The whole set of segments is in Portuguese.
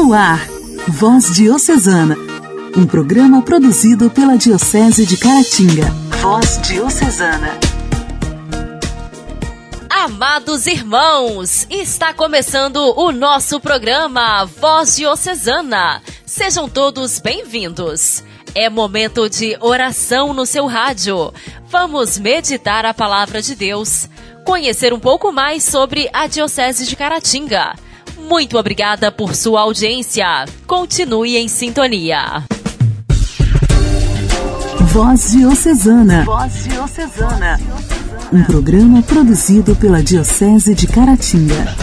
No ar, Voz Diocesana, um programa produzido pela Diocese de Caratinga. Voz Diocesana. Amados irmãos, está começando o nosso programa Voz Diocesana. Sejam todos bem-vindos. É momento de oração no seu rádio. Vamos meditar a palavra de Deus, conhecer um pouco mais sobre a Diocese de Caratinga. Muito obrigada por sua audiência. Continue em sintonia. Voz Diocesana. Voz Diocesana. Um programa produzido pela Diocese de Caratinga.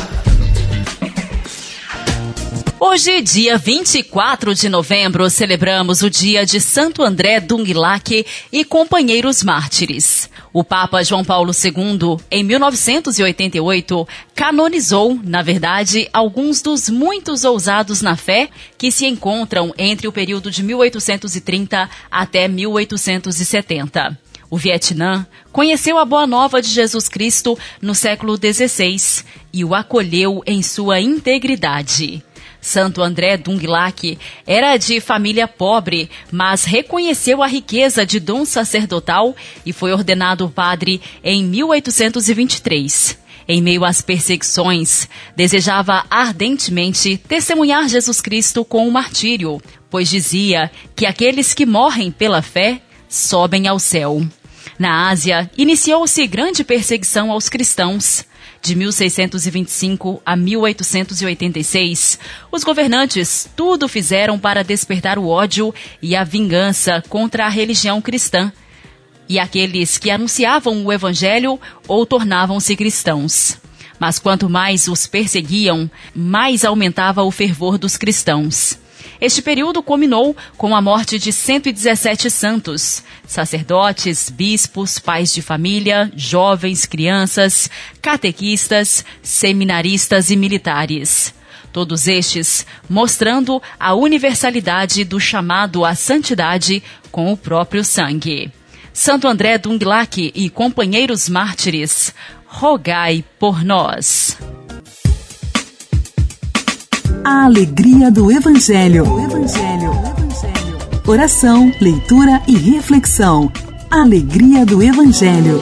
Hoje, dia 24 de novembro, celebramos o dia de Santo André Dũng-Lạc e companheiros mártires. O Papa João Paulo II, em 1988, canonizou, na verdade, alguns dos muitos ousados na fé que se encontram entre o período de 1830 até 1870. O Vietnã conheceu a Boa Nova de Jesus Cristo no século XVI e o acolheu em sua integridade. Santo André Dũng-Lạc era de família pobre, mas reconheceu a riqueza de dom sacerdotal e foi ordenado padre em 1823. Em meio às perseguições, desejava ardentemente testemunhar Jesus Cristo com o martírio, pois dizia que aqueles que morrem pela fé sobem ao céu. Na Ásia, iniciou-se grande perseguição aos cristãos. De 1625 a 1886, os governantes tudo fizeram para despertar o ódio e a vingança contra a religião cristã. E aqueles que anunciavam o evangelho ou tornavam-se cristãos. Mas quanto mais os perseguiam, mais aumentava o fervor dos cristãos. Este período culminou com a morte de 117 santos, sacerdotes, bispos, pais de família, jovens, crianças, catequistas, seminaristas e militares. Todos estes mostrando a universalidade do chamado à santidade com o próprio sangue. Santo André Dũng-Lạc e companheiros mártires, rogai por nós. A alegria do Evangelho. Oração, leitura e reflexão. Alegria do Evangelho.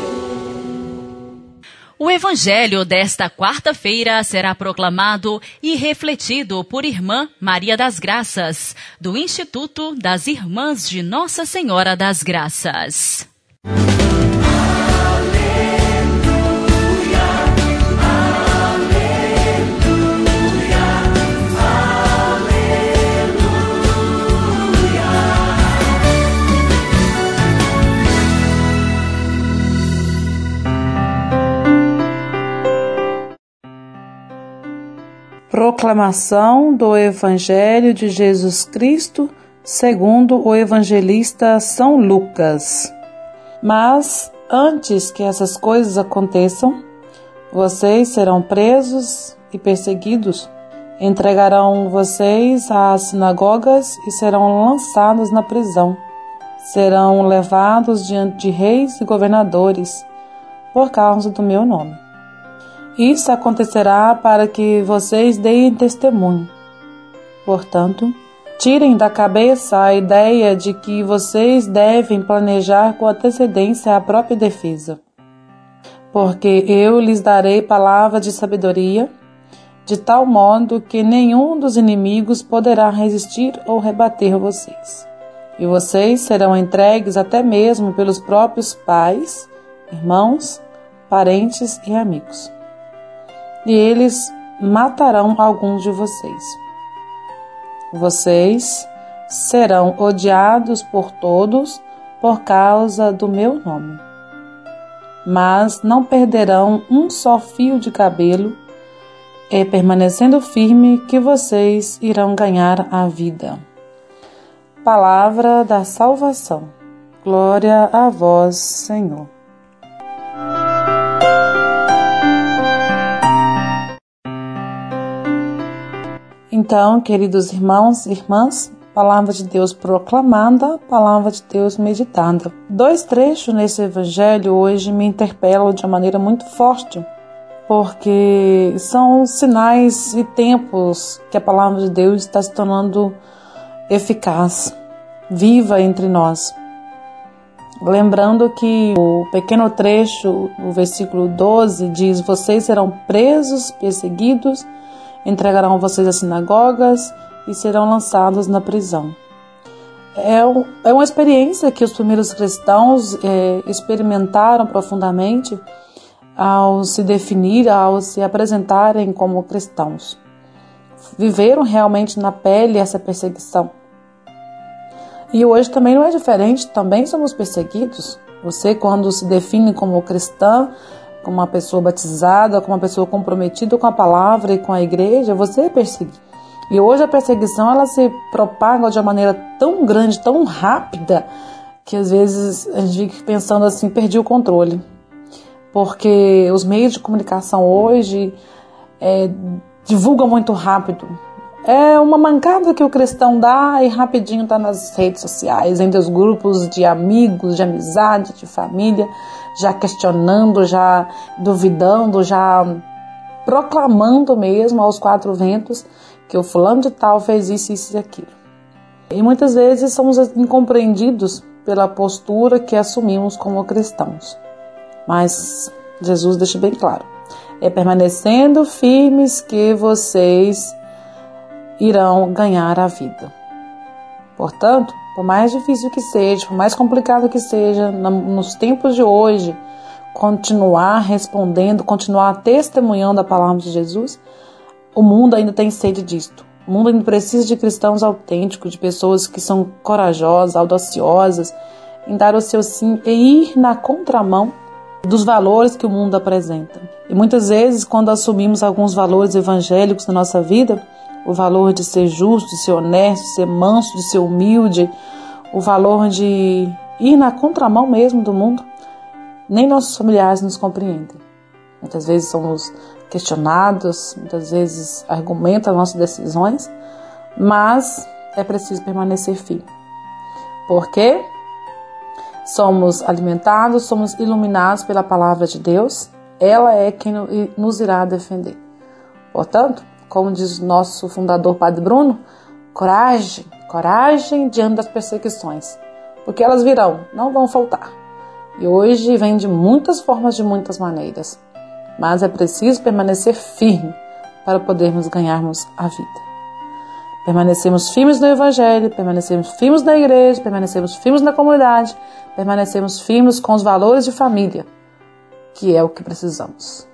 O Evangelho desta quarta-feira será proclamado e refletido por Irmã Maria das Graças, do Instituto das Irmãs de Nossa Senhora das Graças. Proclamação do Evangelho de Jesus Cristo segundo o evangelista São Lucas. Mas, antes que essas coisas aconteçam, vocês serão presos e perseguidos, entregarão vocês às sinagogas e serão lançados na prisão. Serão levados diante de reis e governadores, por causa do meu nome. Isso acontecerá para que vocês deem testemunho. Portanto, tirem da cabeça a ideia de que vocês devem planejar com antecedência a própria defesa. Porque eu lhes darei palavra de sabedoria, de tal modo que nenhum dos inimigos poderá resistir ou rebater vocês. E vocês serão entregues até mesmo pelos próprios pais, irmãos, parentes e amigos. E eles matarão alguns de vocês. Vocês serão odiados por todos por causa do meu nome. Mas não perderão um só fio de cabelo, e permanecendo firme que vocês irão ganhar a vida. Palavra da salvação. Glória a vós, Senhor. Então, queridos irmãos e irmãs, palavra de Deus proclamada, palavra de Deus meditada. 2 trechos nesse evangelho hoje me interpelam de uma maneira muito forte. porque são sinais e tempos que a palavra de Deus está se tornando eficaz, viva entre nós. Lembrando que o pequeno trecho, o versículo 12, diz: vocês serão presos, perseguidos, entregarão vocês às sinagogas e serão lançados na prisão. É uma experiência que os primeiros cristãos experimentaram profundamente ao se definir, ao se apresentarem como cristãos. Viveram realmente na pele essa perseguição. E hoje também não é diferente, também somos perseguidos. Você, quando se define como cristã, como uma pessoa batizada, como uma pessoa comprometida com a palavra e com a igreja, você é perseguido. E hoje a perseguição ela se propaga de uma maneira tão grande, tão rápida, que às vezes a gente fica pensando assim, perdi o controle. Porque os meios de comunicação hoje divulgam muito rápido. É uma mancada que o cristão dá e rapidinho está nas redes sociais, entre os grupos de amigos, de amizade, de família, já questionando, já duvidando, já proclamando mesmo aos quatro ventos que o fulano de tal fez isso, isso e aquilo. E muitas vezes somos incompreendidos pela postura que assumimos como cristãos. Mas Jesus deixa bem claro, é permanecendo firmes que vocês irão ganhar a vida. Portanto, por mais difícil que seja, por mais complicado que seja, nos tempos de hoje, continuar respondendo, continuar testemunhando a palavra de Jesus, o mundo ainda tem sede disto. O mundo ainda precisa de cristãos autênticos, de pessoas que são corajosas, audaciosas, em dar o seu sim e ir na contramão dos valores que o mundo apresenta. E muitas vezes, quando assumimos alguns valores evangélicos na nossa vida, o valor de ser justo, de ser honesto, de ser manso, de ser humilde, o valor de ir na contramão mesmo do mundo, nem nossos familiares nos compreendem. Muitas vezes somos questionados, muitas vezes argumentam as nossas decisões, mas é preciso permanecer firme. Porque somos alimentados, somos iluminados pela palavra de Deus, ela é quem nos irá defender. Portanto, como diz o nosso fundador Padre Bruno, coragem diante das perseguições, porque elas virão, não vão faltar. E hoje vem de muitas formas, de muitas maneiras. Mas é preciso permanecer firme para podermos ganharmos a vida. Permanecemos firmes no Evangelho, permanecemos firmes na igreja, permanecemos firmes na comunidade, permanecemos firmes com os valores de família, que é o que precisamos.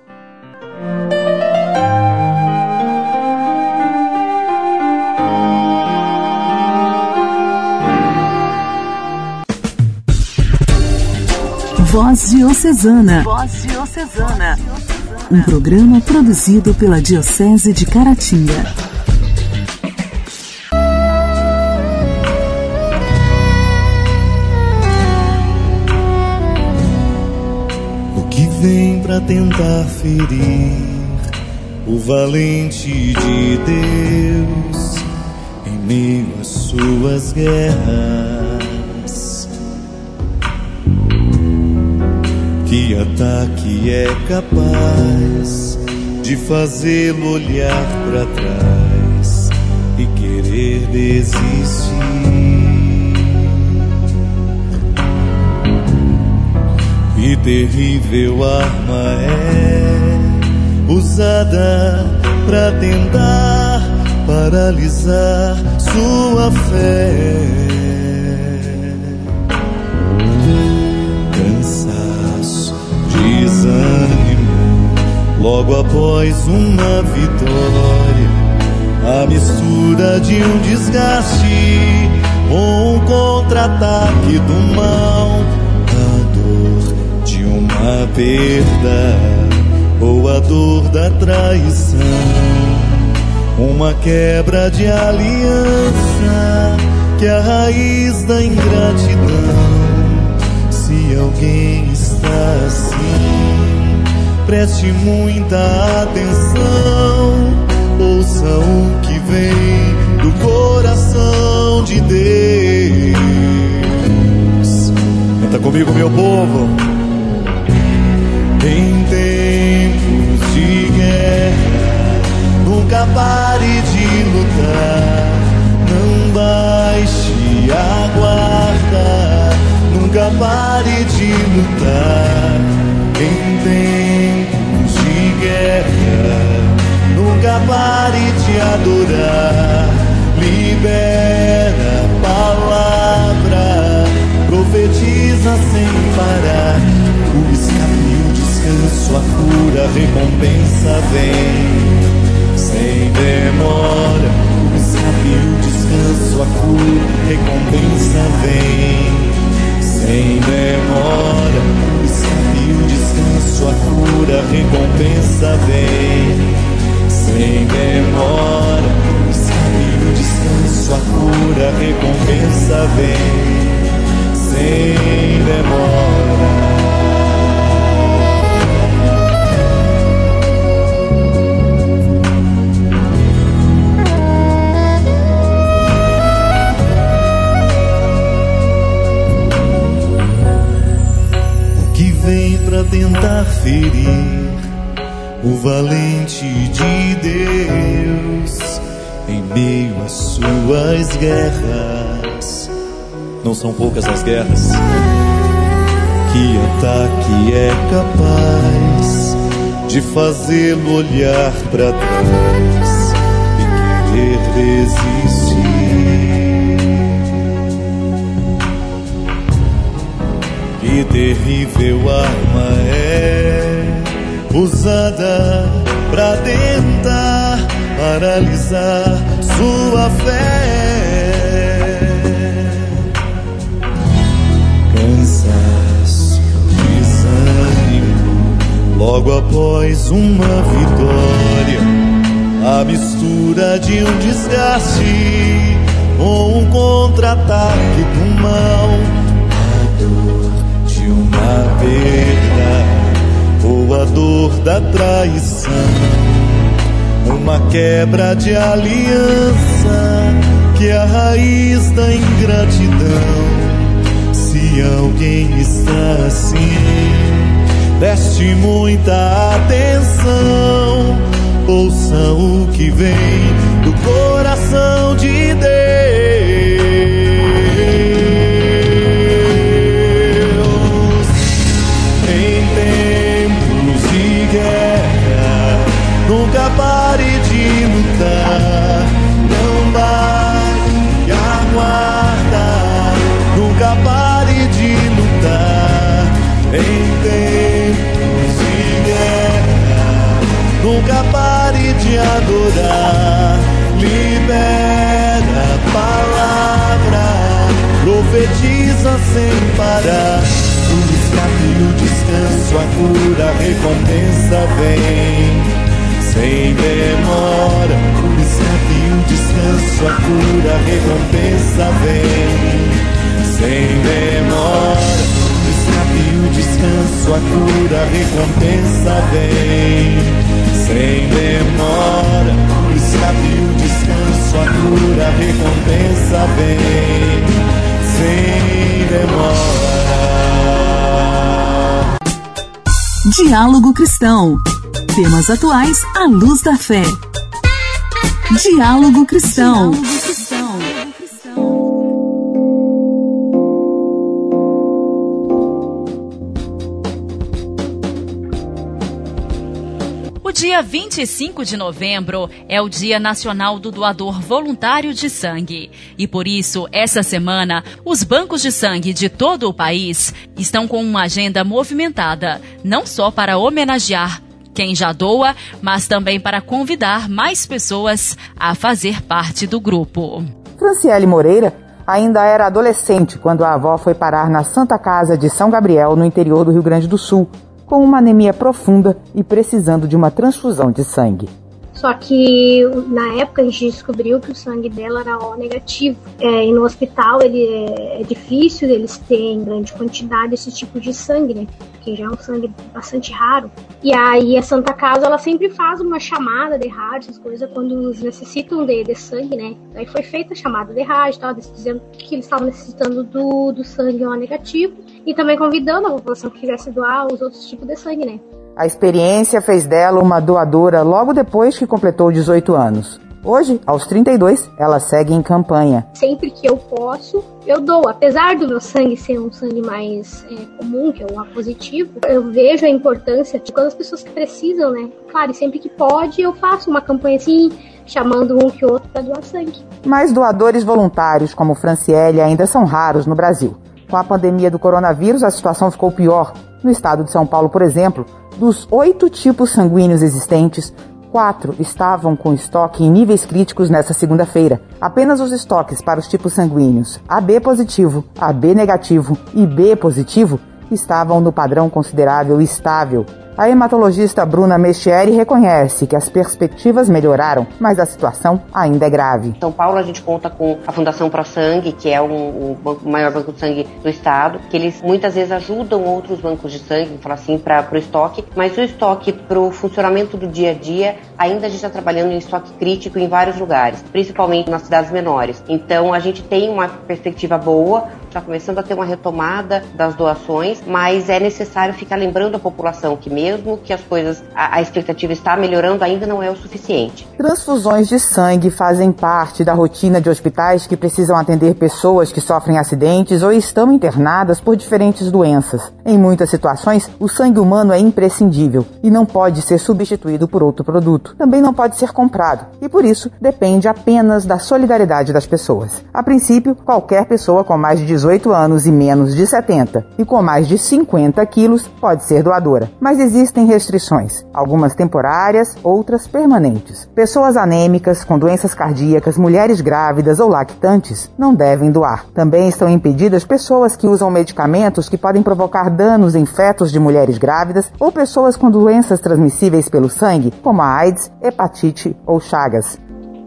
Voz Diocesana. Voz Diocesana. Um programa produzido pela Diocese de Caratinga. O que vem pra tentar ferir o valente de Deus em meio às suas guerras? Que ataque é capaz de fazê-lo olhar para trás e querer desistir? Que terrível arma é usada para tentar paralisar sua fé? Desânimo logo após uma vitória, a mistura de um desgaste ou um contra-ataque do mal, a dor de uma perda ou a dor da traição, uma quebra de aliança que é a raiz da ingratidão. Se alguém está assim, preste muita atenção, ouça o que vem do coração de Deus. Canta comigo, meu povo. Em tempos de nunca pare de lutar, não baixe a guarda, nunca pare de lutar. Em tempos de guerra, nunca pare de adorar. Libera a palavra, profetiza sem parar. O escape, o descanso, a cura, a recompensa vem sem demora. O escape, o descanso, a cura, a recompensa vem sem demora. O escape, o descanso, a cura, a recompensa vem sem demora. O escape, o descanso, a cura, a recompensa vem sem demora. Vem pra tentar ferir o valente de Deus em meio às suas guerras. Não são poucas as guerras. Que ataque é capaz de fazê-lo olhar pra trás e querer desistir? Que terrível arma é usada pra tentar paralisar sua fé. Cansaço, desânimo, logo após uma vitória. A mistura de um desgaste ou um contra-ataque do mal. Uma perda ou a dor da traição, uma quebra de aliança que é a raiz da ingratidão. Se alguém está assim, preste muita atenção, ouça o que vem do coração de Deus. Nunca pare de lutar, não baixe a guarda, nunca pare de lutar. Em tempos de guerra, nunca pare de adorar. Libera a palavra, profetiza sem parar. O escape, o descanso, a cura, a recompensa vem sem demora. O escape, o descanso, a cura, a recompensa vem sem demora. O escape, o descanso, a cura, a recompensa vem sem demora. O escape, o descanso, a cura, a recompensa vem sem demora. Diálogo Cristão. Temas atuais à luz da fé. Diálogo Cristão. O dia 25 de novembro é o Dia Nacional do Doador Voluntário de Sangue. E por isso, essa semana, os bancos de sangue de todo o país estão com uma agenda movimentada, não só para homenagear quem já doa, mas também para convidar mais pessoas a fazer parte do grupo. Franciele Moreira ainda era adolescente quando a avó foi parar na Santa Casa de São Gabriel, no interior do Rio Grande do Sul, com uma anemia profunda e precisando de uma transfusão de sangue. Só que na época a gente descobriu que o sangue dela era O negativo. E no hospital é difícil eles terem em grande quantidade esse tipo de sangue, né? Porque já é um sangue bastante raro. E aí a Santa Casa ela sempre faz uma chamada de rádio, essas coisas, quando eles necessitam de sangue, né? Aí foi feita a chamada de rádio, dizendo que eles estavam necessitando do sangue O negativo e também convidando a população que quisesse doar os outros tipos de sangue, né? A experiência fez dela uma doadora logo depois que completou 18 anos. Hoje, aos 32, ela segue em campanha. Sempre que eu posso, eu dou. Apesar do meu sangue ser um sangue mais comum, que é o A positivo, eu vejo a importância de quando as pessoas que precisam, né? Claro, e sempre que pode, eu faço uma campanha assim, chamando um que outro para doar sangue. Mas doadores voluntários como Franciele ainda são raros no Brasil. Com a pandemia do coronavírus, a situação ficou pior. No estado de São Paulo, por exemplo, dos 8 tipos sanguíneos existentes, 4 estavam com estoque em níveis críticos nesta segunda-feira. Apenas os estoques para os tipos sanguíneos AB positivo, AB negativo e B positivo estavam no padrão considerável estável. A hematologista Bruna Mestieri reconhece que as perspectivas melhoraram, mas a situação ainda é grave. Em São Paulo, a gente conta com a Fundação Pro Sangue, que é o maior banco de sangue do estado, que eles muitas vezes ajudam outros bancos de sangue, vamos falar assim, para o estoque, mas o estoque para o funcionamento do dia a dia, ainda a gente está trabalhando em estoque crítico em vários lugares, principalmente nas cidades menores. Então, a gente tem uma perspectiva boa, está começando a ter uma retomada das doações, mas é necessário ficar lembrando a população que mesmo que as coisas, a expectativa está melhorando, ainda não é o suficiente. Transfusões de sangue fazem parte da rotina de hospitais que precisam atender pessoas que sofrem acidentes ou estão internadas por diferentes doenças. Em muitas situações, o sangue humano é imprescindível e não pode ser substituído por outro produto. Também não pode ser comprado e, por isso, depende apenas da solidariedade das pessoas. A princípio, qualquer pessoa com mais de 18 anos e menos de 70 e com mais de 50 quilos pode ser doadora. Mas existem restrições, algumas temporárias, outras permanentes. Pessoas anêmicas, com doenças cardíacas, mulheres grávidas ou lactantes não devem doar. Também estão impedidas pessoas que usam medicamentos que podem provocar danos em fetos de mulheres grávidas ou pessoas com doenças transmissíveis pelo sangue, como a AIDS, hepatite ou Chagas.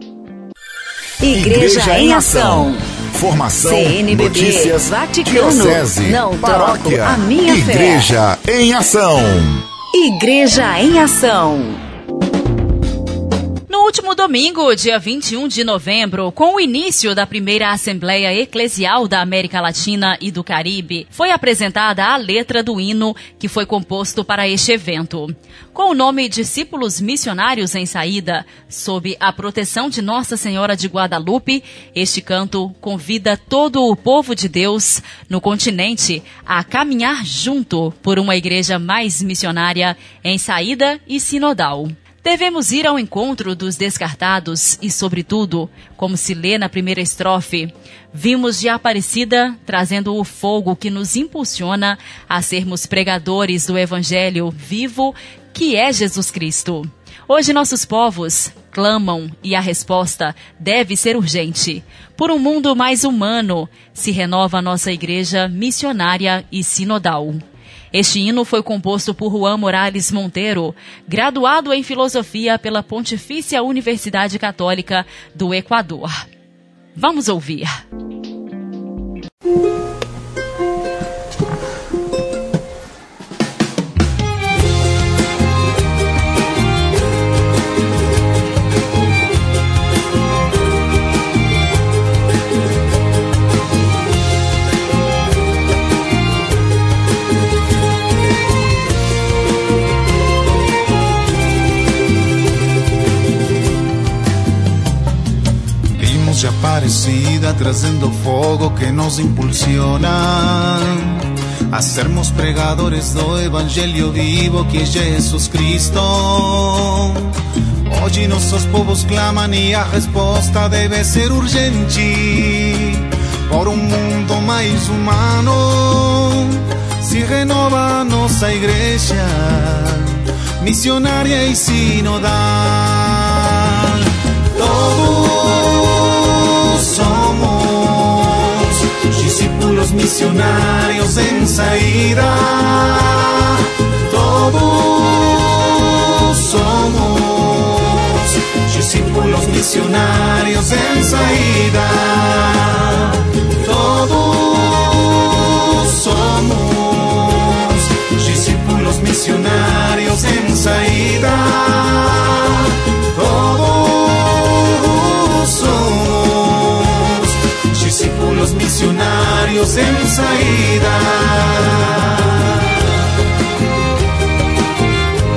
Igreja em Ação. Formação, CNBB, notícias, Vaticano, diocese, não paróquia, troco a minha fé. Igreja em Ação. Igreja em Ação. No último domingo, dia 21 de novembro, com o início da primeira Assembleia Eclesial da América Latina e do Caribe, foi apresentada a letra do hino que foi composto para este evento. Com o nome Discípulos Missionários em Saída, sob a proteção de Nossa Senhora de Guadalupe, este canto convida todo o povo de Deus no continente a caminhar junto por uma igreja mais missionária em saída e sinodal. Devemos ir ao encontro dos descartados e, sobretudo, como se lê na primeira estrofe, vimos de Aparecida trazendo o fogo que nos impulsiona a sermos pregadores do Evangelho vivo, que é Jesus Cristo. Hoje nossos povos clamam e a resposta deve ser urgente. Por um mundo mais humano, se renova a nossa igreja missionária e sinodal. Este hino foi composto por Juan Morales Monteiro, graduado em Filosofia pela Pontifícia Universidade Católica do Equador. Vamos ouvir. De Aparecida trazendo fogo que nos impulsiona a sermos pregadores do Evangelho vivo que é Jesus Cristo. Hoje nossos povos clamam e a resposta deve ser urgente. Por um mundo mais humano se renova nossa igreja missionária e sinodal. Todos somos discípulos missionários em saída. Todos somos discípulos missionários em saída. Todos somos discípulos missionários em saída. Discípulos missionários em saída.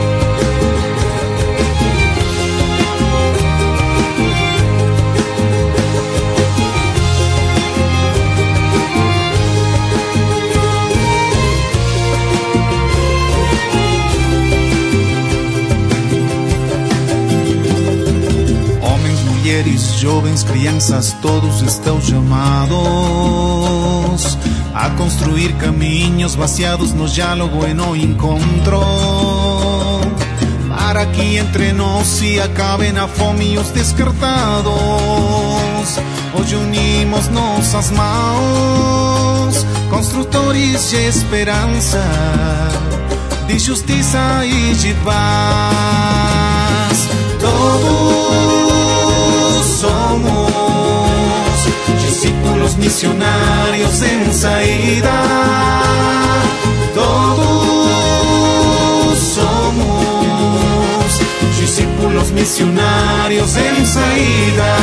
mulheres, jovens, crianças, todos estão chamados a construir caminhos baseados no diálogo e no encontro, para que entre nós se acabem a fome e os descartados. Hoje unimos nossas mãos, construtores de esperança, de justiça e de paz. Todos somos discípulos missionários em saída. Todos somos discípulos missionários em saída.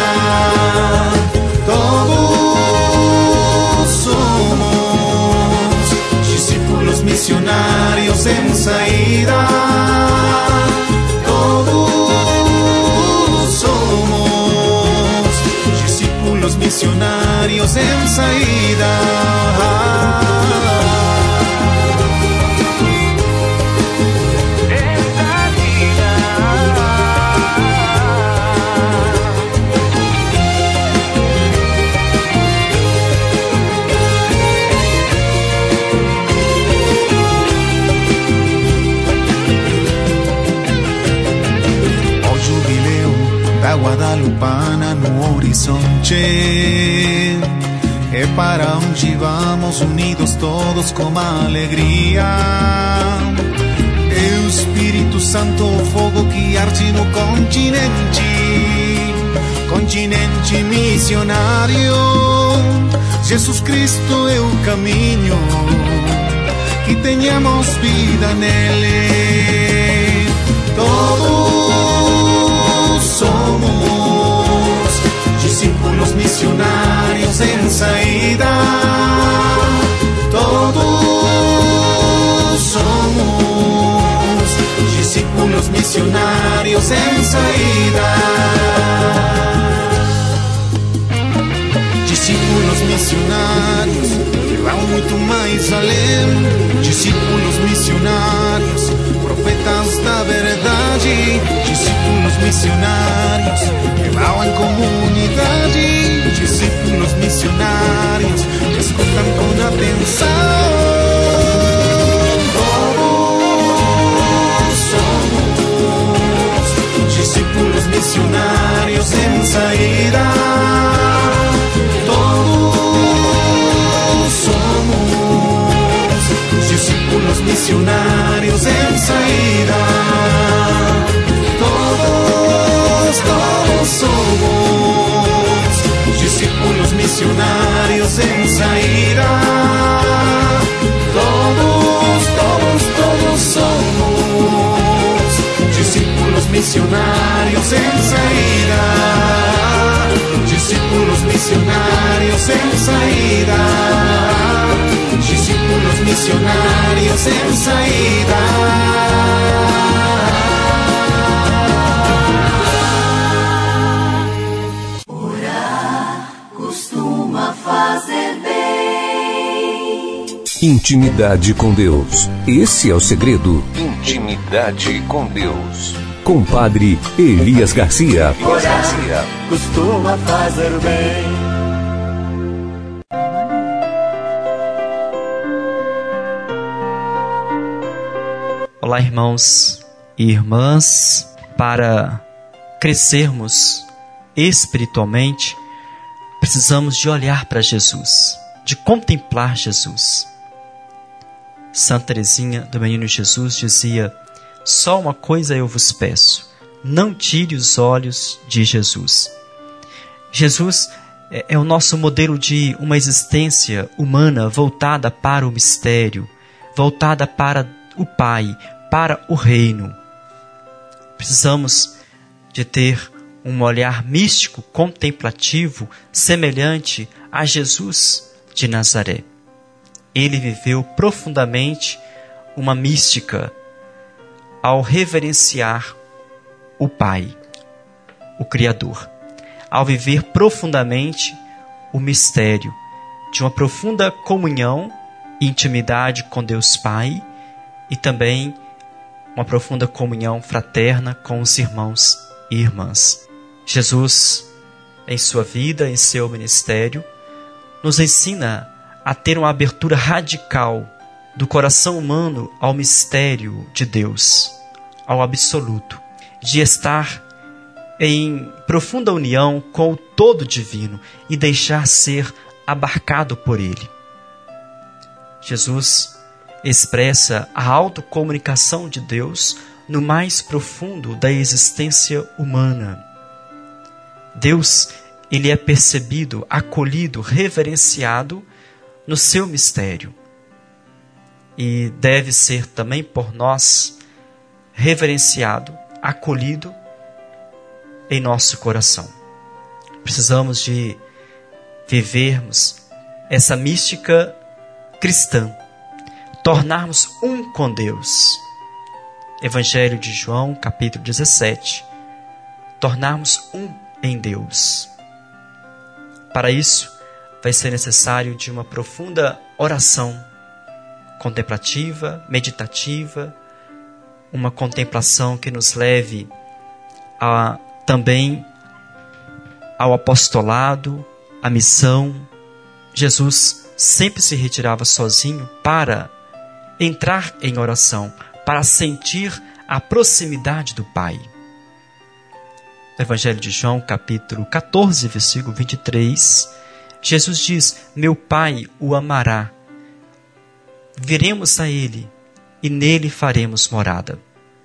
Todos somos discípulos missionários em saída. Todos somos discípulos missionários em saída. Guadalupana no horizonte, é para onde vamos unidos todos com alegria. É o Espírito Santo, o fogo que arde no continente missionário. Jesus Cristo é o caminho, que tenhamos vida nele. Todos somos discípulos missionários em saída. Todos somos discípulos missionários em saída. Discípulos missionários que vão muito mais além. Discípulos missionários, profetas da verdade. Discípulos missionários que vão em comunidade. Discípulos missionários que escutam com atenção. Todos somos discípulos missionários em saída. Todos somos discípulos missionários em saída. Todos somos discípulos missionários em saída. Todos somos discípulos missionários em saída. Discípulos missionários em saída. Discípulos missionários em saída. Intimidade com Deus. Esse é o segredo. Intimidade com Deus. Com Padre Elias Garcia. Orar costuma fazer bem. Olá, irmãos e irmãs. Para crescermos espiritualmente, precisamos de olhar para Jesus, de contemplar Jesus. Santa Teresinha do Menino Jesus dizia: só uma coisa eu vos peço, não tire os olhos de Jesus. Jesus é o nosso modelo de uma existência humana voltada para o mistério, voltada para o Pai, para o reino. Precisamos de ter um olhar místico, contemplativo, semelhante a Jesus de Nazaré. Ele viveu profundamente uma mística ao reverenciar o Pai, o Criador, ao viver profundamente o mistério de uma profunda comunhão e intimidade com Deus Pai e também uma profunda comunhão fraterna com os irmãos e irmãs. Jesus em sua vida, em seu ministério, nos ensina a ter uma abertura radical do coração humano ao mistério de Deus, ao absoluto, de estar em profunda união com o todo divino e deixar ser abarcado por ele. Jesus expressa a autocomunicação de Deus no mais profundo da existência humana. Deus, ele é percebido, acolhido, reverenciado no seu mistério. E deve ser também por nós reverenciado, acolhido em nosso coração. Precisamos de vivermos essa mística cristã, tornarmos um com Deus. Evangelho de João, capítulo 17. Tornarmos um em Deus. Para isso, vai ser necessário de uma profunda oração contemplativa, meditativa, uma contemplação que nos leve também ao apostolado, à missão. Jesus sempre se retirava sozinho para entrar em oração, para sentir a proximidade do Pai. No Evangelho de João, capítulo 14, versículo 23, Jesus diz: meu Pai o amará, viremos a Ele e nele faremos morada.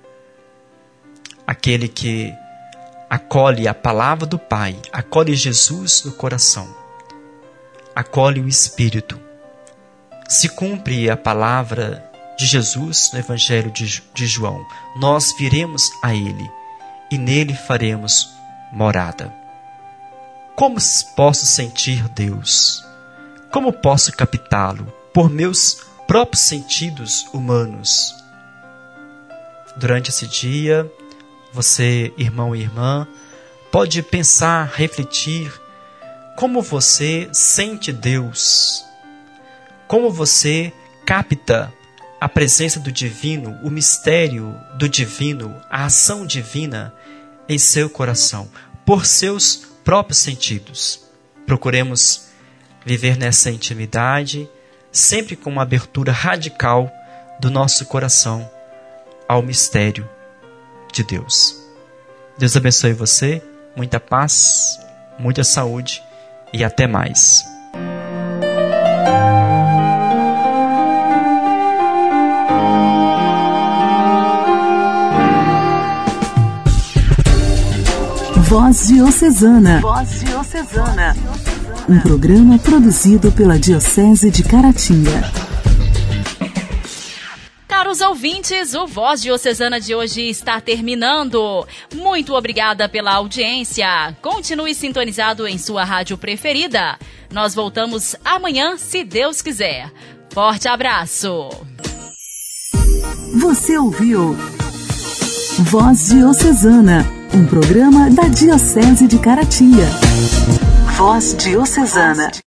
Aquele que acolhe a palavra do Pai, acolhe Jesus no coração, acolhe o Espírito. Se cumpre a palavra de Jesus no Evangelho de João, nós viremos a Ele e nele faremos morada. Como posso sentir Deus? Como posso captá-lo? Por meus próprios sentidos humanos. Durante esse dia, você, irmão e irmã, pode pensar, refletir como você sente Deus, como você capta a presença do divino, o mistério do divino, a ação divina em seu coração, por seus próprios sentidos. Procuremos viver nessa intimidade, sempre com uma abertura radical do nosso coração ao mistério de Deus. Deus abençoe você, muita paz, muita saúde e até mais. Voz Diocesana. Voz Diocesana. Um programa produzido pela Diocese de Caratinga. Caros ouvintes, o Voz Diocesana de hoje está terminando. Muito obrigada pela audiência. Continue sintonizado em sua rádio preferida. Nós voltamos amanhã, se Deus quiser. Forte abraço. Você ouviu Voz Diocesana, um programa da Diocese de Caratinga. Voz Diocesana.